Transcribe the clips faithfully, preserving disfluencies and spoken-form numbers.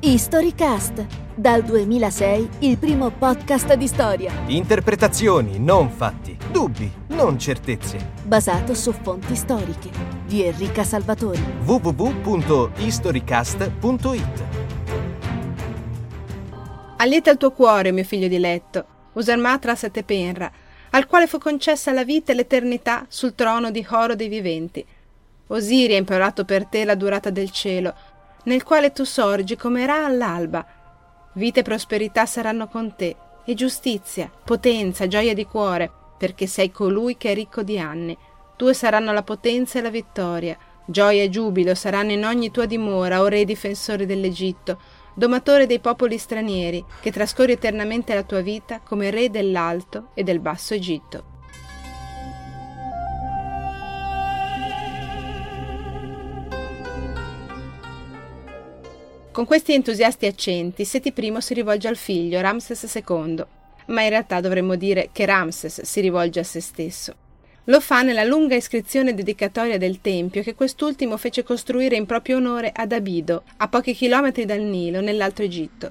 Historycast, dal duemilasei il primo podcast di storia. Interpretazioni, non fatti. Dubbi, non certezze. Basato su fonti storiche. Di Enrica Salvatori. w w w punto historycast punto i t. Allieta il tuo cuore, mio figlio diletto, Usermatra Setepenra, al quale fu concessa la vita e l'eternità sul trono di oro dei viventi. Osiri ha implorato per te la durata del cielo, nel quale tu sorgi come Ra all'alba. Vita e prosperità saranno con te, e giustizia, potenza, gioia di cuore, perché sei colui che è ricco di anni. Tue saranno la potenza e la vittoria, gioia e giubilo saranno in ogni tua dimora, o re difensore dell'Egitto, domatore dei popoli stranieri, che trascorri eternamente la tua vita come re dell'Alto e del Basso Egitto. Con questi entusiasti accenti, Seti I si rivolge al figlio, Ramses secondo, ma in realtà dovremmo dire che Ramses si rivolge a se stesso. Lo fa nella lunga iscrizione dedicatoria del tempio che quest'ultimo fece costruire in proprio onore ad Abido, a pochi chilometri dal Nilo, nell'Alto Egitto.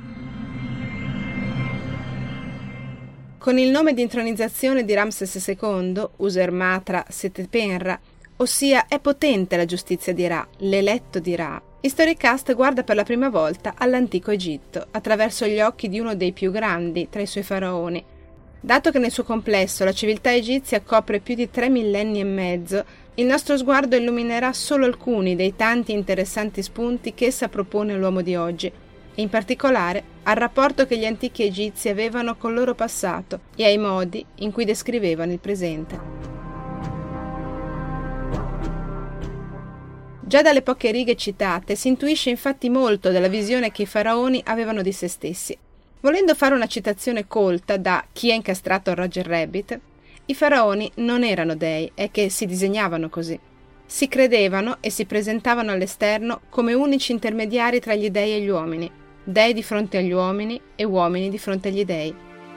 Con il nome di intronizzazione di Ramses secondo, Usermatra Setepenra, ossia è potente la giustizia di Ra, l'eletto di Ra, Historycast guarda per la prima volta all'antico Egitto, attraverso gli occhi di uno dei più grandi tra i suoi faraoni. Dato che nel suo complesso la civiltà egizia copre più di tre millenni e mezzo, il nostro sguardo illuminerà solo alcuni dei tanti interessanti spunti che essa propone all'uomo di oggi, e in particolare al rapporto che gli antichi egizi avevano col loro passato e ai modi in cui descrivevano il presente. Già dalle poche righe citate si intuisce infatti molto della visione che i faraoni avevano di se stessi. Volendo fare una citazione colta da Chi ha incastrato Roger Rabbit, i faraoni non erano dei, è che si disegnavano così. Si credevano e si presentavano all'esterno come unici intermediari tra gli dei e gli uomini, dei di fronte agli uomini e uomini di fronte agli dei.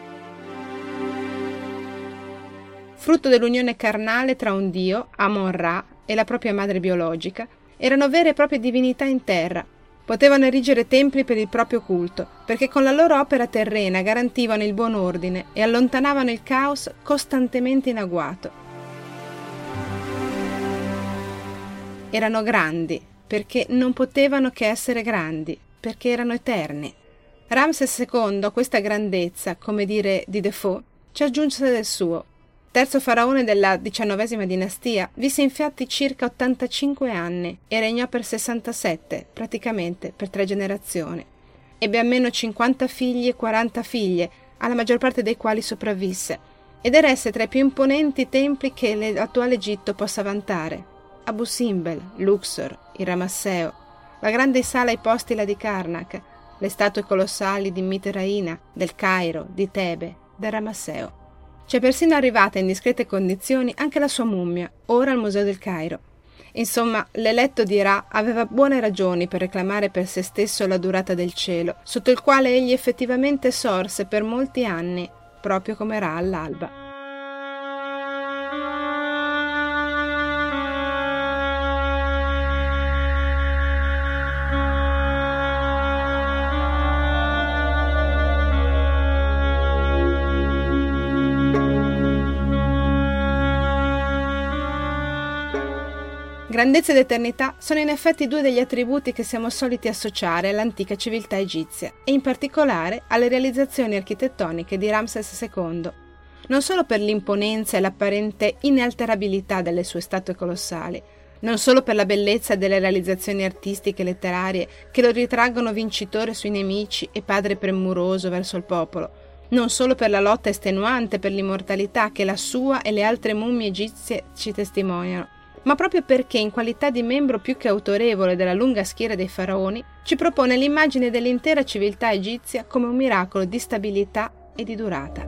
Frutto dell'unione carnale tra un dio, Amon-Ra, e la propria madre biologica, erano vere e proprie divinità in terra. Potevano erigere templi per il proprio culto, perché con la loro opera terrena garantivano il buon ordine e allontanavano il caos costantemente in agguato. Erano grandi, perché non potevano che essere grandi, perché erano eterni. Ramses secondo a questa grandezza, come dire di Defoe, ci aggiunse del suo. Terzo faraone della diciannovesima dinastia, visse infatti circa ottantacinque anni e regnò per sessantasette, praticamente per tre generazioni. Ebbe almeno cinquanta figli e quaranta figlie, alla maggior parte dei quali sopravvisse, ed eresse tra i più imponenti templi che l'attuale Egitto possa vantare. Abu Simbel, Luxor, il Ramasseo, la grande sala ipostila di Karnak, le statue colossali di Mitraina, del Cairo, di Tebe, del Ramasseo. C'è persino arrivata in discrete condizioni anche la sua mummia, ora al Museo del Cairo. Insomma, l'eletto di Ra aveva buone ragioni per reclamare per se stesso la durata del cielo, sotto il quale egli effettivamente sorse per molti anni, proprio come Ra all'alba. Grandezza ed eternità sono in effetti due degli attributi che siamo soliti associare all'antica civiltà egizia e in particolare alle realizzazioni architettoniche di Ramses secondo, non solo per l'imponenza e l'apparente inalterabilità delle sue statue colossali, non solo per la bellezza delle realizzazioni artistiche e letterarie che lo ritraggono vincitore sui nemici e padre premuroso verso il popolo, non solo per la lotta estenuante per l'immortalità che la sua e le altre mummie egizie ci testimoniano, ma proprio perché in qualità di membro più che autorevole della lunga schiera dei faraoni ci propone l'immagine dell'intera civiltà egizia come un miracolo di stabilità e di durata.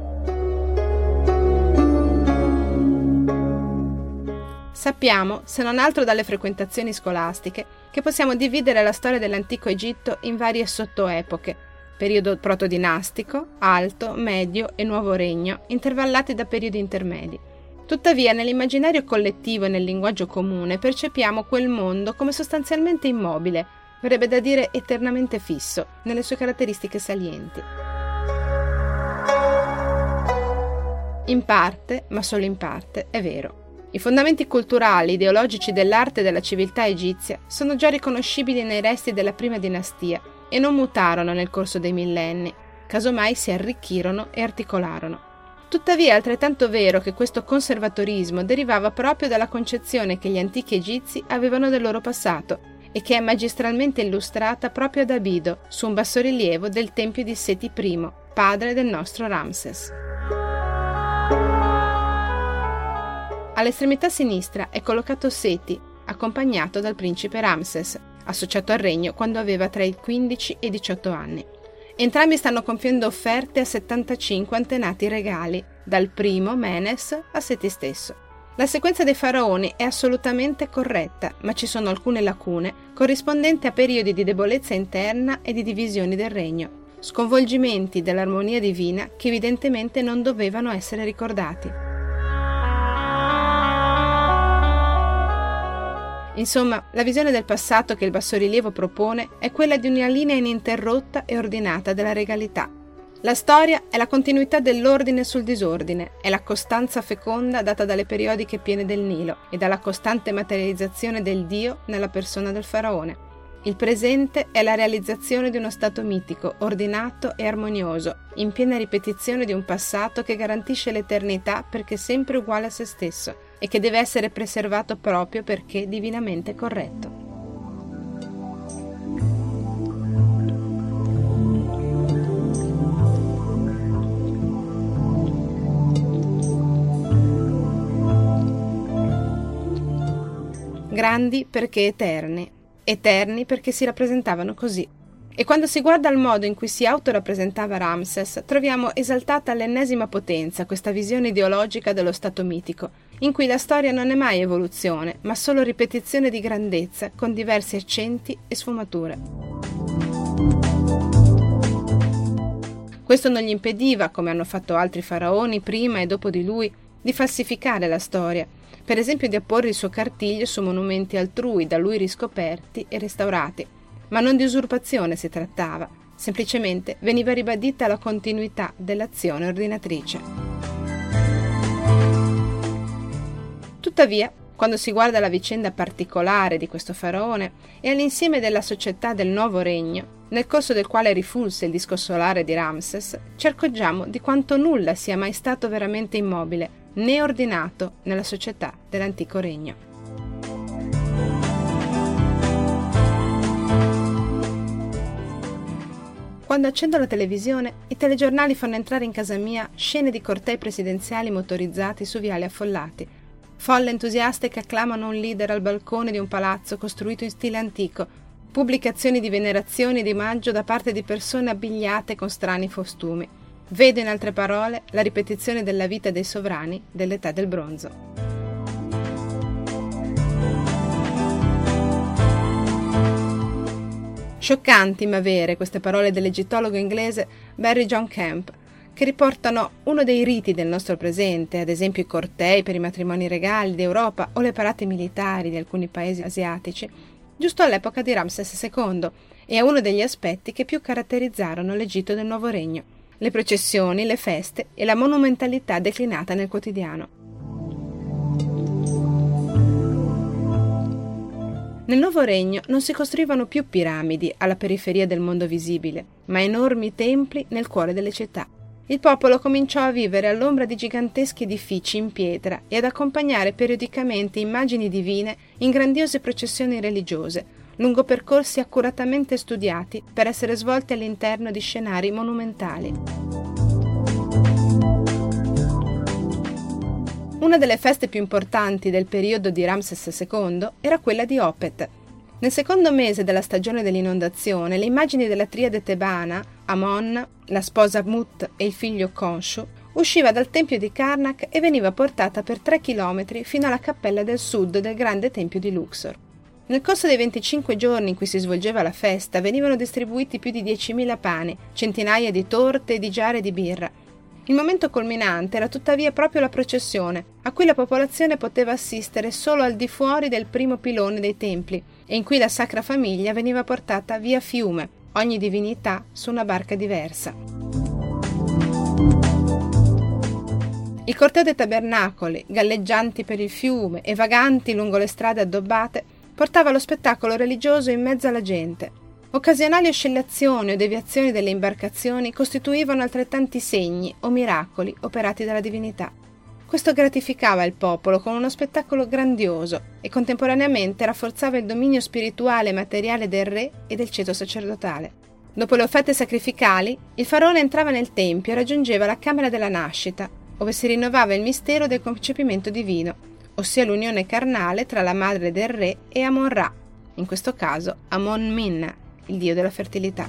Sappiamo, se non altro dalle frequentazioni scolastiche, che possiamo dividere la storia dell'antico Egitto in varie sottoepoche, periodo protodinastico, alto, medio e nuovo regno, intervallati da periodi intermedi. Tuttavia, nell'immaginario collettivo e nel linguaggio comune percepiamo quel mondo come sostanzialmente immobile, verrebbe da dire eternamente fisso nelle sue caratteristiche salienti. In parte, ma solo in parte, è vero. I fondamenti culturali, ideologici dell'arte e della civiltà egizia sono già riconoscibili nei resti della prima dinastia e non mutarono nel corso dei millenni, casomai si arricchirono e articolarono. Tuttavia è altrettanto vero che questo conservatorismo derivava proprio dalla concezione che gli antichi egizi avevano del loro passato e che è magistralmente illustrata proprio da Abido su un bassorilievo del tempio di Seti I, padre del nostro Ramses. All'estremità sinistra è collocato Seti, accompagnato dal principe Ramses, associato al regno quando aveva tra i quindici e i diciotto anni. Entrambi stanno compiendo offerte a settantacinque antenati regali, dal primo Menes a Seti stesso. La sequenza dei faraoni è assolutamente corretta, ma ci sono alcune lacune corrispondenti a periodi di debolezza interna e di divisioni del regno, sconvolgimenti dell'armonia divina che evidentemente non dovevano essere ricordati. Insomma, la visione del passato che il bassorilievo propone è quella di una linea ininterrotta e ordinata della regalità. La storia è la continuità dell'ordine sul disordine, è la costanza feconda data dalle periodiche piene del Nilo e dalla costante materializzazione del Dio nella persona del faraone. Il presente è la realizzazione di uno stato mitico, ordinato e armonioso, in piena ripetizione di un passato che garantisce l'eternità perché sempre uguale a se stesso e che deve essere preservato proprio perché divinamente corretto. Grandi perché eterni, eterni perché si rappresentavano così. E quando si guarda al modo in cui si autorappresentava Ramses, troviamo esaltata all'ennesima potenza questa visione ideologica dello stato mitico, in cui la storia non è mai evoluzione, ma solo ripetizione di grandezza con diversi accenti e sfumature. Questo non gli impediva, come hanno fatto altri faraoni prima e dopo di lui, di falsificare la storia, per esempio di apporre il suo cartiglio su monumenti altrui da lui riscoperti e restaurati. Ma non di usurpazione si trattava, semplicemente veniva ribadita la continuità dell'azione ordinatrice. Tuttavia, quando si guarda la vicenda particolare di questo faraone e all'insieme della società del nuovo regno, nel corso del quale rifulse il disco solare di Ramses, ci accorgiamo di quanto nulla sia mai stato veramente immobile, né ordinato nella società dell'antico regno. Quando accendo la televisione, i telegiornali fanno entrare in casa mia scene di cortei presidenziali motorizzati su viali affollati, folle entusiaste che acclamano un leader al balcone di un palazzo costruito in stile antico, pubblicazioni di venerazione e di omaggio da parte di persone abbigliate con strani costumi. Vedo in altre parole la ripetizione della vita dei sovrani dell'età del bronzo. Scioccanti ma vere queste parole dell'egittologo inglese Barry John Camp, che riportano uno dei riti del nostro presente, ad esempio i cortei per i matrimoni regali d'Europa o le parate militari di alcuni paesi asiatici, giusto all'epoca di Ramses secondo, e è uno degli aspetti che più caratterizzarono l'Egitto del Nuovo Regno: le processioni, le feste e la monumentalità declinata nel quotidiano. Nel Nuovo Regno non si costruivano più piramidi alla periferia del mondo visibile, ma enormi templi nel cuore delle città. Il popolo cominciò a vivere all'ombra di giganteschi edifici in pietra e ad accompagnare periodicamente immagini divine in grandiose processioni religiose, lungo percorsi accuratamente studiati per essere svolti all'interno di scenari monumentali. Una delle feste più importanti del periodo di Ramses secondo era quella di Opet. Nel secondo mese della stagione dell'inondazione, le immagini della triade tebana, Amon, la sposa Mut e il figlio Khonshu, usciva dal tempio di Karnak e veniva portata per tre chilometri fino alla cappella del sud del grande tempio di Luxor. Nel corso dei venticinque giorni in cui si svolgeva la festa venivano distribuiti più di diecimila pani, centinaia di torte e di giare di birra. Il momento culminante era tuttavia proprio la processione, a cui la popolazione poteva assistere solo al di fuori del primo pilone dei templi, e in cui la Sacra Famiglia veniva portata via fiume, ogni divinità su una barca diversa. Il corteo dei tabernacoli, galleggianti per il fiume e vaganti lungo le strade addobbate, portava lo spettacolo religioso in mezzo alla gente. Occasionali oscillazioni o deviazioni delle imbarcazioni costituivano altrettanti segni o miracoli operati dalla divinità. Questo gratificava il popolo con uno spettacolo grandioso e contemporaneamente rafforzava il dominio spirituale e materiale del re e del ceto sacerdotale. Dopo le offerte sacrificali, il faraone entrava nel tempio e raggiungeva la camera della nascita, dove si rinnovava il mistero del concepimento divino, ossia l'unione carnale tra la madre del re e Amon-Ra, in questo caso Amon-Minna, il dio della fertilità.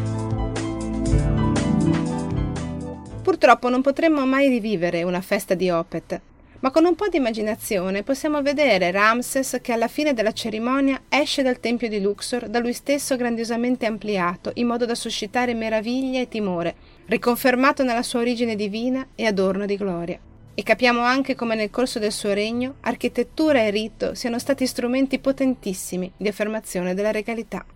Purtroppo non potremmo mai rivivere una festa di Opet, ma con un po' di immaginazione possiamo vedere Ramses che alla fine della cerimonia esce dal tempio di Luxor, da lui stesso grandiosamente ampliato, in modo da suscitare meraviglia e timore, riconfermato nella sua origine divina e adorno di gloria. E capiamo anche come nel corso del suo regno architettura e rito siano stati strumenti potentissimi di affermazione della regalità.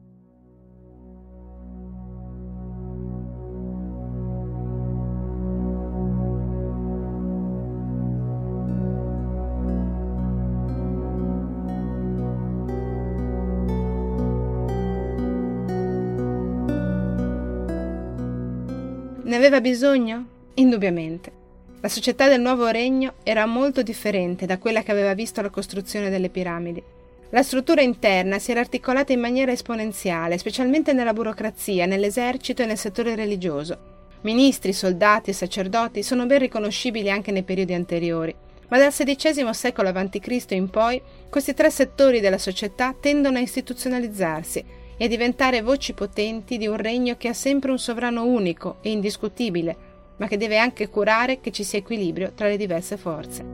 Ne aveva bisogno? Indubbiamente. La società del nuovo regno era molto differente da quella che aveva visto la costruzione delle piramidi. La struttura interna si era articolata in maniera esponenziale, specialmente nella burocrazia, nell'esercito e nel settore religioso. Ministri, soldati e sacerdoti sono ben riconoscibili anche nei periodi anteriori, ma dal sedicesimo secolo avanti Cristo in poi questi tre settori della società tendono a istituzionalizzarsi e a diventare voci potenti di un regno che ha sempre un sovrano unico e indiscutibile, ma che deve anche curare che ci sia equilibrio tra le diverse forze.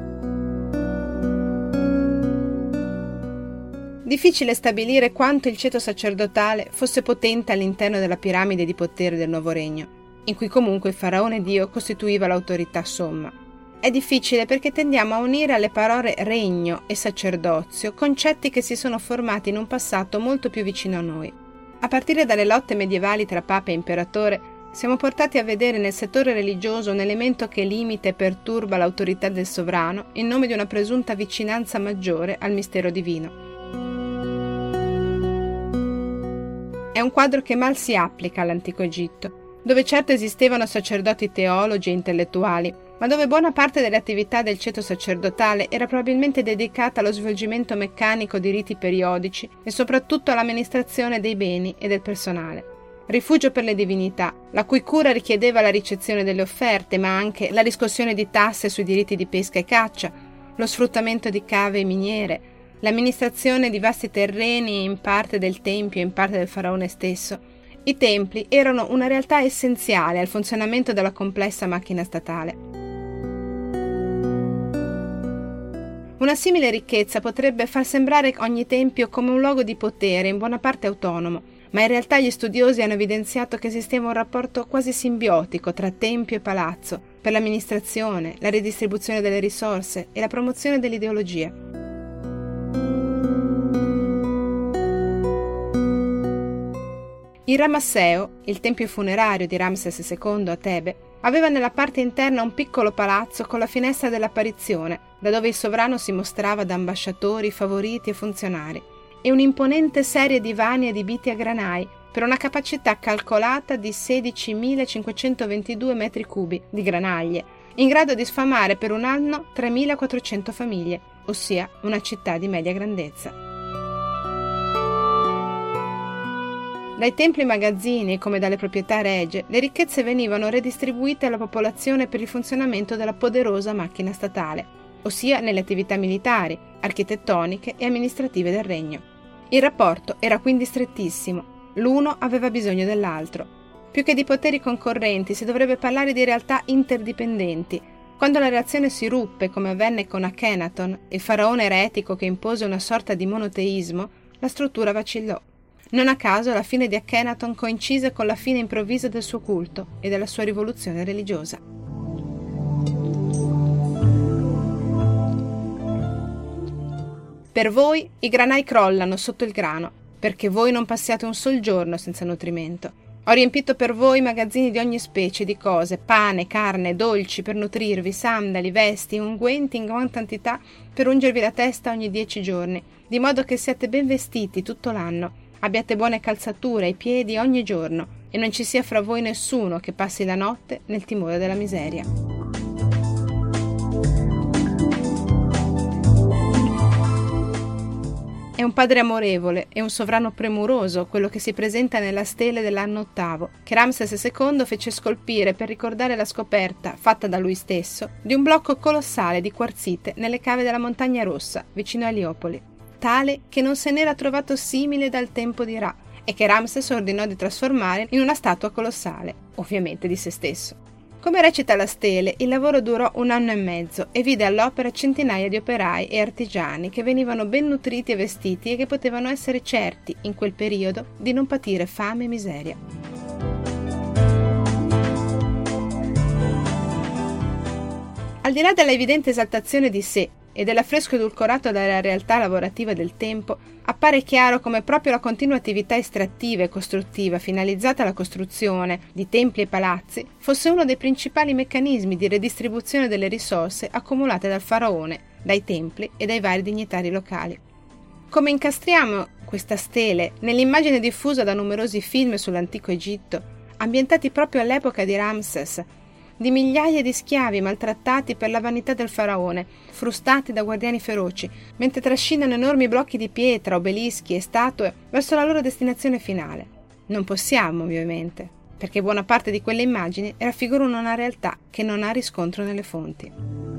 Difficile stabilire quanto il ceto sacerdotale fosse potente all'interno della piramide di potere del nuovo regno, in cui comunque il faraone Dio costituiva l'autorità somma. È difficile perché tendiamo a unire alle parole regno e sacerdozio concetti che si sono formati in un passato molto più vicino a noi. A partire dalle lotte medievali tra papa e imperatore, siamo portati a vedere nel settore religioso un elemento che limita e perturba l'autorità del sovrano in nome di una presunta vicinanza maggiore al mistero divino. È un quadro che mal si applica all'antico Egitto, dove certo esistevano sacerdoti teologi e intellettuali, ma dove buona parte delle attività del ceto sacerdotale era probabilmente dedicata allo svolgimento meccanico di riti periodici e soprattutto all'amministrazione dei beni e del personale. Rifugio per le divinità, la cui cura richiedeva la ricezione delle offerte, ma anche la riscossione di tasse sui diritti di pesca e caccia, lo sfruttamento di cave e miniere, l'amministrazione di vasti terreni in parte del tempio e in parte del faraone stesso. I templi erano una realtà essenziale al funzionamento della complessa macchina statale. Una simile ricchezza potrebbe far sembrare ogni tempio come un luogo di potere in buona parte autonomo, ma in realtà gli studiosi hanno evidenziato che esisteva un rapporto quasi simbiotico tra tempio e palazzo per l'amministrazione, la ridistribuzione delle risorse e la promozione dell'ideologia. Il Ramasseo, il tempio funerario di Ramses secondo a Tebe, aveva nella parte interna un piccolo palazzo con la finestra dell'apparizione, da dove il sovrano si mostrava ad ambasciatori, favoriti e funzionari, e un'imponente serie di vani adibiti a granai per una capacità calcolata di sedicimilacinquecentoventidue metri cubi di granaglie, in grado di sfamare per un anno tremilaquattrocento famiglie, ossia una città di media grandezza. Dai templi magazzini, come dalle proprietà regie, le ricchezze venivano redistribuite alla popolazione per il funzionamento della poderosa macchina statale, ossia nelle attività militari, architettoniche e amministrative del regno. Il rapporto era quindi strettissimo, l'uno aveva bisogno dell'altro. Più che di poteri concorrenti si dovrebbe parlare di realtà interdipendenti. Quando la relazione si ruppe, come avvenne con Akhenaton, il faraone eretico che impose una sorta di monoteismo, la struttura vacillò. Non a caso la fine di Akhenaton coincise con la fine improvvisa del suo culto e della sua rivoluzione religiosa. Per voi i granai crollano sotto il grano, perché voi non passiate un sol giorno senza nutrimento. Ho riempito per voi magazzini di ogni specie di cose, pane, carne, dolci per nutrirvi, sandali, vesti, unguenti in gran quantità per ungervi la testa ogni dieci giorni, di modo che siate ben vestiti tutto l'anno, abbiate buone calzature ai piedi ogni giorno, e non ci sia fra voi nessuno che passi la notte nel timore della miseria. È un padre amorevole e un sovrano premuroso quello che si presenta nella stele dell'anno ottavo, che Ramses secondo fece scolpire per ricordare la scoperta, fatta da lui stesso, di un blocco colossale di quarzite nelle cave della Montagna Rossa, vicino a Eliopoli, tale che non se n'era trovato simile dal tempo di Ra, e che Ramses ordinò di trasformare in una statua colossale, ovviamente di se stesso. Come recita la stele, il lavoro durò un anno e mezzo e vide all'opera centinaia di operai e artigiani che venivano ben nutriti e vestiti e che potevano essere certi, in quel periodo, di non patire fame e miseria. Al di là della evidente esaltazione di sé e dell'affresco edulcorato dalla realtà lavorativa del tempo, appare chiaro come proprio la continua attività estrattiva e costruttiva finalizzata alla costruzione di templi e palazzi fosse uno dei principali meccanismi di redistribuzione delle risorse accumulate dal faraone, dai templi e dai vari dignitari locali. Come incastriamo questa stele nell'immagine diffusa da numerosi film sull'antico Egitto, ambientati proprio all'epoca di Ramses, di migliaia di schiavi maltrattati per la vanità del faraone, frustati da guardiani feroci, mentre trascinano enormi blocchi di pietra, obelischi e statue verso la loro destinazione finale. Non possiamo, ovviamente, perché buona parte di quelle immagini raffigurano una realtà che non ha riscontro nelle fonti.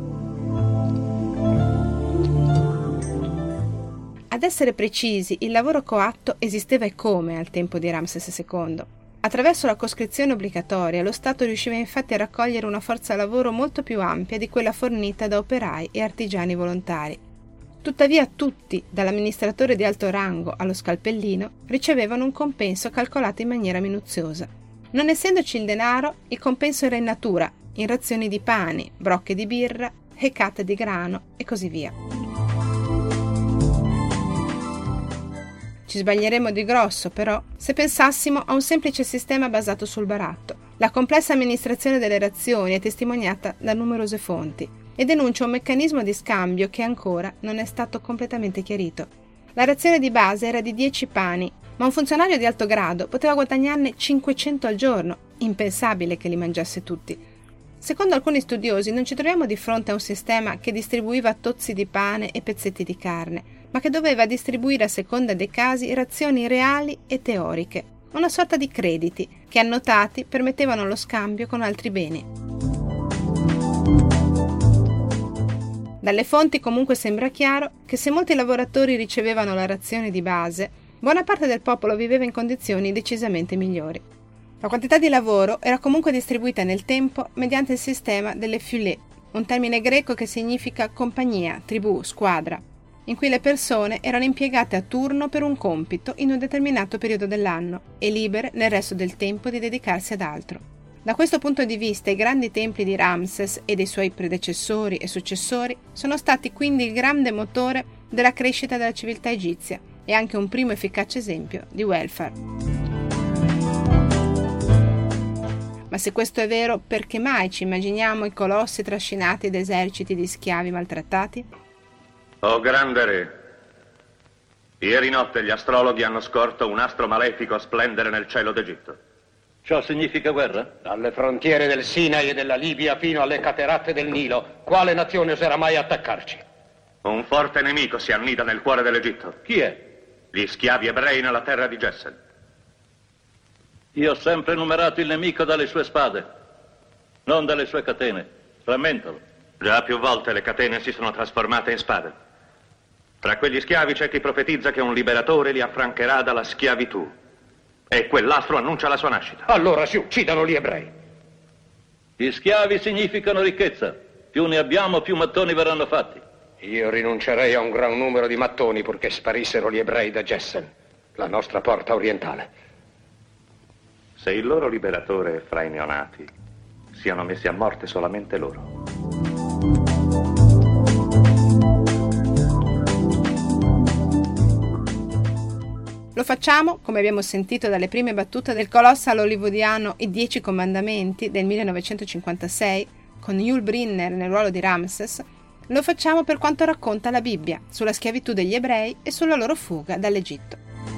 Ad essere precisi, il lavoro coatto esisteva e come al tempo di Ramses secondo. Attraverso la coscrizione obbligatoria, lo Stato riusciva infatti a raccogliere una forza lavoro molto più ampia di quella fornita da operai e artigiani volontari. Tuttavia tutti, dall'amministratore di alto rango allo scalpellino, ricevevano un compenso calcolato in maniera minuziosa. Non essendoci il denaro, il compenso era in natura, in razioni di pani, brocche di birra, hecat di grano e così via. Ci sbaglieremmo di grosso, però, se pensassimo a un semplice sistema basato sul baratto. La complessa amministrazione delle razioni è testimoniata da numerose fonti e denuncia un meccanismo di scambio che ancora non è stato completamente chiarito. La razione di base era di dieci pani, ma un funzionario di alto grado poteva guadagnarne cinquecento al giorno. Impensabile che li mangiasse tutti. Secondo alcuni studiosi non ci troviamo di fronte a un sistema che distribuiva tozzi di pane e pezzetti di carne, ma che doveva distribuire a seconda dei casi razioni reali e teoriche, una sorta di crediti che annotati permettevano lo scambio con altri beni. Dalle fonti comunque sembra chiaro che se molti lavoratori ricevevano la razione di base, buona parte del popolo viveva in condizioni decisamente migliori. La quantità di lavoro era comunque distribuita nel tempo mediante il sistema delle filées, un termine greco che significa compagnia, tribù, squadra, in cui le persone erano impiegate a turno per un compito in un determinato periodo dell'anno e libere nel resto del tempo di dedicarsi ad altro. Da questo punto di vista i grandi templi di Ramses e dei suoi predecessori e successori sono stati quindi il grande motore della crescita della civiltà egizia e anche un primo efficace esempio di welfare. Ma se questo è vero, perché mai ci immaginiamo i colossi trascinati da eserciti di schiavi maltrattati? Oh grande re, ieri notte gli astrologhi hanno scorto un astro malefico splendere nel cielo d'Egitto. Ciò significa guerra? Dalle frontiere del Sinai e della Libia fino alle cateratte del Nilo, quale nazione oserà mai attaccarci? Un forte nemico si annida nel cuore dell'Egitto. Chi è? Gli schiavi ebrei nella terra di Gessen. Io ho sempre numerato il nemico dalle sue spade, non dalle sue catene. Rammentalo. Già più volte le catene si sono trasformate in spade. Tra quegli schiavi c'è chi profetizza che un liberatore li affrancherà dalla schiavitù. E quell'astro annuncia la sua nascita. Allora si uccidano gli ebrei. Gli schiavi significano ricchezza. Più ne abbiamo, più mattoni verranno fatti. Io rinuncerei a un gran numero di mattoni purché sparissero gli ebrei da Gessen. La nostra porta orientale. Se il loro liberatore è fra i neonati, siano messi a morte solamente loro. Lo facciamo, come abbiamo sentito dalle prime battute del colossal hollywoodiano I Dieci Comandamenti del millenovecentocinquantasei, con Yul Brynner nel ruolo di Ramses. Lo facciamo per quanto racconta la Bibbia sulla schiavitù degli ebrei e sulla loro fuga dall'Egitto.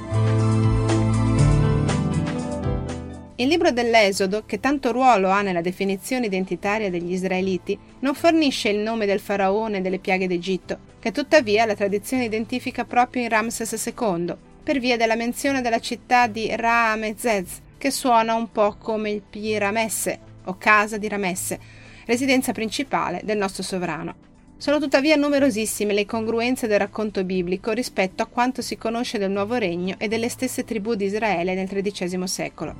Il libro dell'Esodo, che tanto ruolo ha nella definizione identitaria degli israeliti, non fornisce il nome del faraone e delle piaghe d'Egitto, che tuttavia la tradizione identifica proprio in Ramses secondo, per via della menzione della città di Ra-Amezez, che suona un po' come il Pi Ramesse, o casa di Ramesse, residenza principale del nostro sovrano. Sono tuttavia numerosissime le incongruenze del racconto biblico rispetto a quanto si conosce del nuovo regno e delle stesse tribù di Israele nel tredicesimo secolo.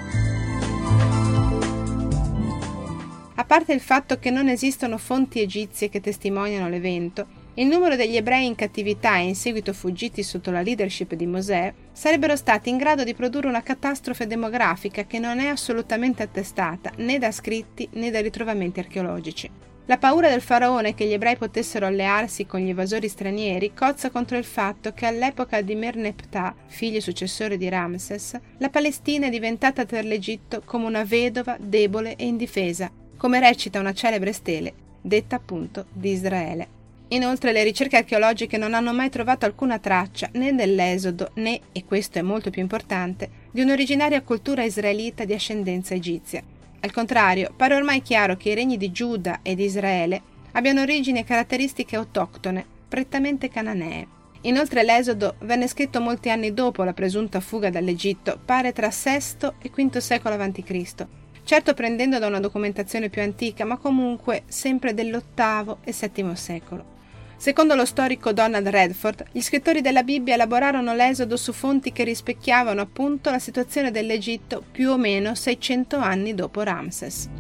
A parte il fatto che non esistono fonti egizie che testimoniano l'evento, il numero degli ebrei in cattività e in seguito fuggiti sotto la leadership di Mosè sarebbero stati in grado di produrre una catastrofe demografica che non è assolutamente attestata né da scritti né da ritrovamenti archeologici. La paura del faraone che gli ebrei potessero allearsi con gli evasori stranieri cozza contro il fatto che all'epoca di Merneptah, figlio successore di Ramses, la Palestina è diventata per l'Egitto come una vedova debole e indifesa, come recita una celebre stele, detta appunto di Israele. Inoltre le ricerche archeologiche non hanno mai trovato alcuna traccia né dell'Esodo né, e questo è molto più importante, di un'originaria cultura israelita di ascendenza egizia. Al contrario, pare ormai chiaro che i regni di Giuda e di Israele abbiano origini e caratteristiche autoctone, prettamente cananee. Inoltre l'Esodo venne scritto molti anni dopo la presunta fuga dall'Egitto, pare tra sesto e quinto secolo avanti Cristo, certo prendendo da una documentazione più antica, ma comunque sempre dell'ottavo e settimo secolo. Secondo lo storico Donald Redford, gli scrittori della Bibbia elaborarono l'Esodo su fonti che rispecchiavano appunto la situazione dell'Egitto più o meno seicento anni dopo Ramses.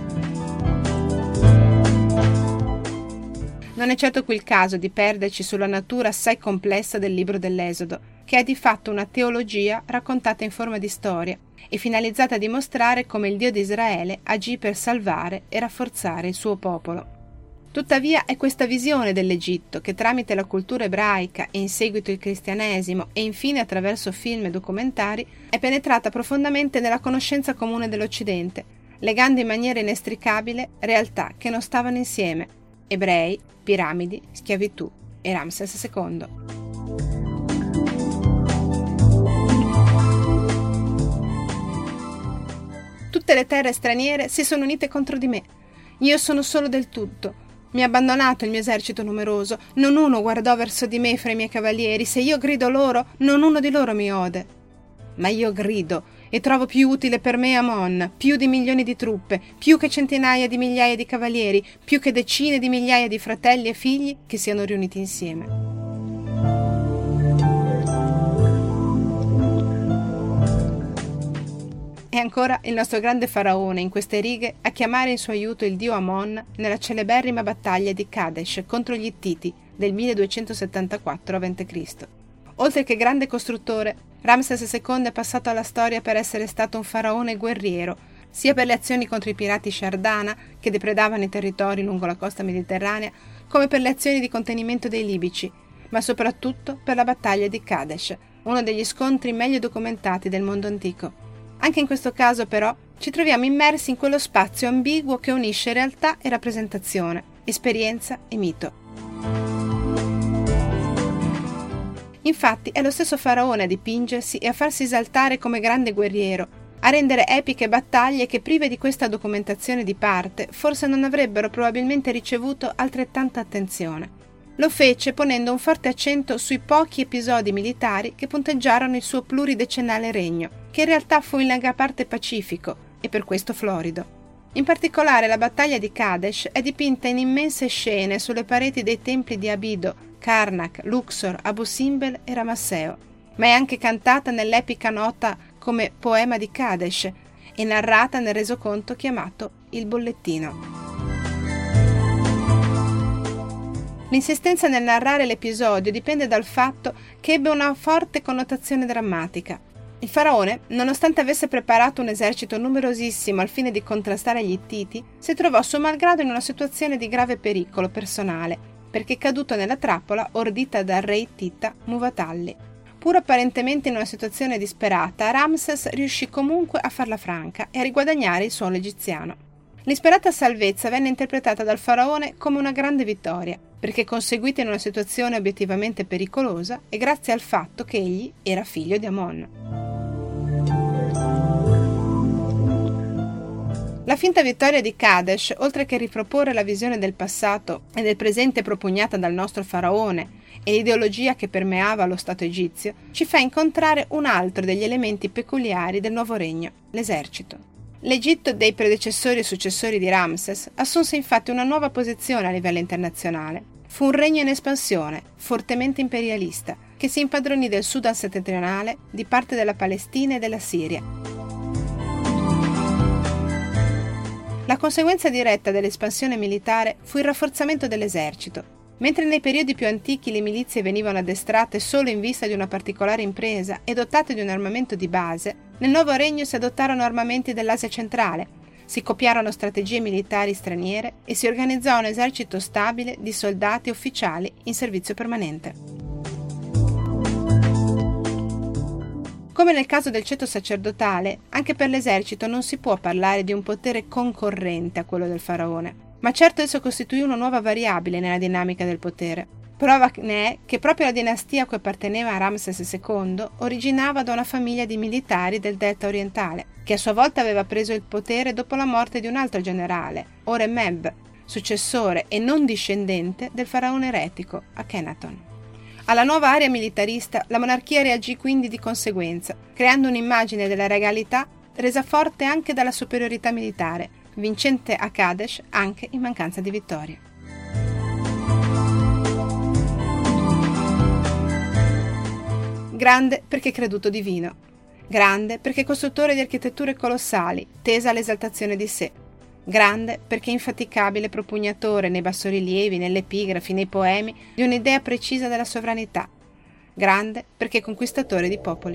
Non è certo qui il caso di perderci sulla natura assai complessa del libro dell'Esodo, che è di fatto una teologia raccontata in forma di storia e finalizzata a dimostrare come il Dio di Israele agì per salvare e rafforzare il suo popolo. Tuttavia è questa visione dell'Egitto che tramite la cultura ebraica e in seguito il cristianesimo e infine attraverso film e documentari è penetrata profondamente nella conoscenza comune dell'Occidente, legando in maniera inestricabile realtà che non stavano insieme: ebrei, piramidi, schiavitù e Ramses secondo. Tutte le terre straniere si sono unite contro di me. Io sono solo del tutto. Mi ha abbandonato il mio esercito numeroso, non uno guardò verso di me fra i miei cavalieri, se io grido loro, non uno di loro mi ode. Ma io grido e trovo più utile per me Amon, più di milioni di truppe, più che centinaia di migliaia di cavalieri, più che decine di migliaia di fratelli e figli che siano riuniti insieme. E ancora il nostro grande faraone in queste righe a chiamare in suo aiuto il dio Amon nella celeberrima battaglia di Kadesh contro gli Ittiti del milleduecentosettantaquattro avanti Cristo. Oltre che grande costruttore, Ramses secondo è passato alla storia per essere stato un faraone guerriero, sia per le azioni contro i pirati Shardana che depredavano i territori lungo la costa mediterranea, come per le azioni di contenimento dei libici, ma soprattutto per la battaglia di Kadesh, uno degli scontri meglio documentati del mondo antico. Anche in questo caso, però, ci troviamo immersi in quello spazio ambiguo che unisce realtà e rappresentazione, esperienza e mito. Infatti, è lo stesso faraone a dipingersi e a farsi esaltare come grande guerriero, a rendere epiche battaglie che, prive di questa documentazione di parte, forse non avrebbero probabilmente ricevuto altrettanta attenzione. Lo fece ponendo un forte accento sui pochi episodi militari che punteggiarono il suo pluridecennale regno, che in realtà fu in larga parte pacifico e per questo florido. In particolare la battaglia di Kadesh è dipinta in immense scene sulle pareti dei templi di Abido, Karnak, Luxor, Abu Simbel e Ramasseo, ma è anche cantata nell'epica nota come Poema di Kadesh e narrata nel resoconto chiamato Il Bollettino. L'insistenza nel narrare l'episodio dipende dal fatto che ebbe una forte connotazione drammatica. Il faraone, nonostante avesse preparato un esercito numerosissimo al fine di contrastare gli Ittiti, si trovò a suo malgrado in una situazione di grave pericolo personale, perché caduto nella trappola ordita dal re Ittita Muwatalli. Pur apparentemente in una situazione disperata, Ramses riuscì comunque a farla franca e a riguadagnare il suolo egiziano. L'insperata salvezza venne interpretata dal faraone come una grande vittoria, perché conseguita in una situazione obiettivamente pericolosa e grazie al fatto che egli era figlio di Amon. La finta vittoria di Kadesh, oltre che riproporre la visione del passato e del presente propugnata dal nostro faraone e l'ideologia che permeava lo Stato egizio, ci fa incontrare un altro degli elementi peculiari del nuovo regno, l'esercito. L'Egitto dei predecessori e successori di Ramses assunse infatti una nuova posizione a livello internazionale. Fu un regno in espansione, fortemente imperialista, che si impadronì del Sudan settentrionale, di parte della Palestina e della Siria. La conseguenza diretta dell'espansione militare fu il rafforzamento dell'esercito. Mentre nei periodi più antichi le milizie venivano addestrate solo in vista di una particolare impresa e dotate di un armamento di base, nel nuovo regno si adottarono armamenti dell'Asia centrale, si copiarono strategie militari straniere e si organizzò un esercito stabile di soldati e ufficiali in servizio permanente. Come nel caso del ceto sacerdotale, anche per l'esercito non si può parlare di un potere concorrente a quello del faraone, ma certo esso costituì una nuova variabile nella dinamica del potere. Prova ne è che proprio la dinastia a cui apparteneva Ramses secondo originava da una famiglia di militari del delta orientale, che a sua volta aveva preso il potere dopo la morte di un altro generale, Horemheb, successore e non discendente del faraone eretico Akhenaton. Alla nuova area militarista la monarchia reagì quindi di conseguenza, creando un'immagine della regalità resa forte anche dalla superiorità militare, vincente a Kadesh anche in mancanza di vittorie. Grande perché creduto divino, grande perché costruttore di architetture colossali, tesa all'esaltazione di sé, grande perché infaticabile propugnatore nei bassorilievi, nelle epigrafi, nei poemi di un'idea precisa della sovranità, grande perché conquistatore di popoli.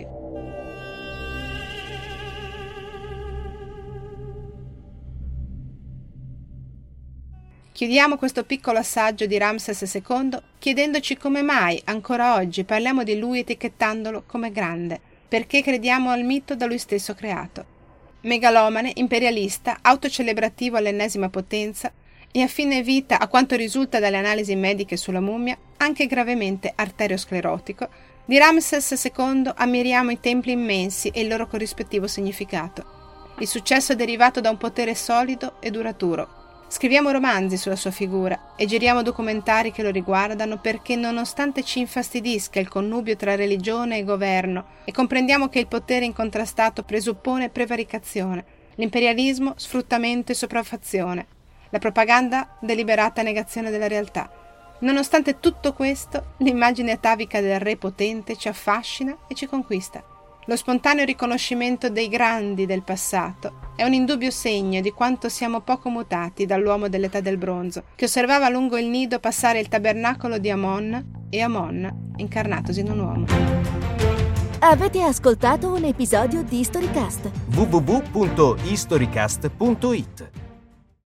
Chiudiamo questo piccolo assaggio di Ramses secondo chiedendoci come mai ancora oggi parliamo di lui etichettandolo come grande, perché crediamo al mito da lui stesso creato. Megalomane, imperialista, autocelebrativo all'ennesima potenza e a fine vita, a quanto risulta dalle analisi mediche sulla mummia, anche gravemente arteriosclerotico, di Ramses secondo ammiriamo i templi immensi e il loro corrispettivo significato. Il successo è derivato da un potere solido e duraturo. Scriviamo romanzi sulla sua figura e giriamo documentari che lo riguardano perché, nonostante ci infastidisca il connubio tra religione e governo e comprendiamo che il potere incontrastato presuppone prevaricazione, l'imperialismo, sfruttamento e sopraffazione, la propaganda, deliberata negazione della realtà. Nonostante tutto questo, l'immagine atavica del re potente ci affascina e ci conquista. Lo spontaneo riconoscimento dei grandi del passato è un indubbio segno di quanto siamo poco mutati dall'uomo dell'età del bronzo, che osservava lungo il Nido passare il tabernacolo di Amon e Amon incarnatosi in un uomo. Avete ascoltato un episodio di Historycast. w w w punto historycast punto it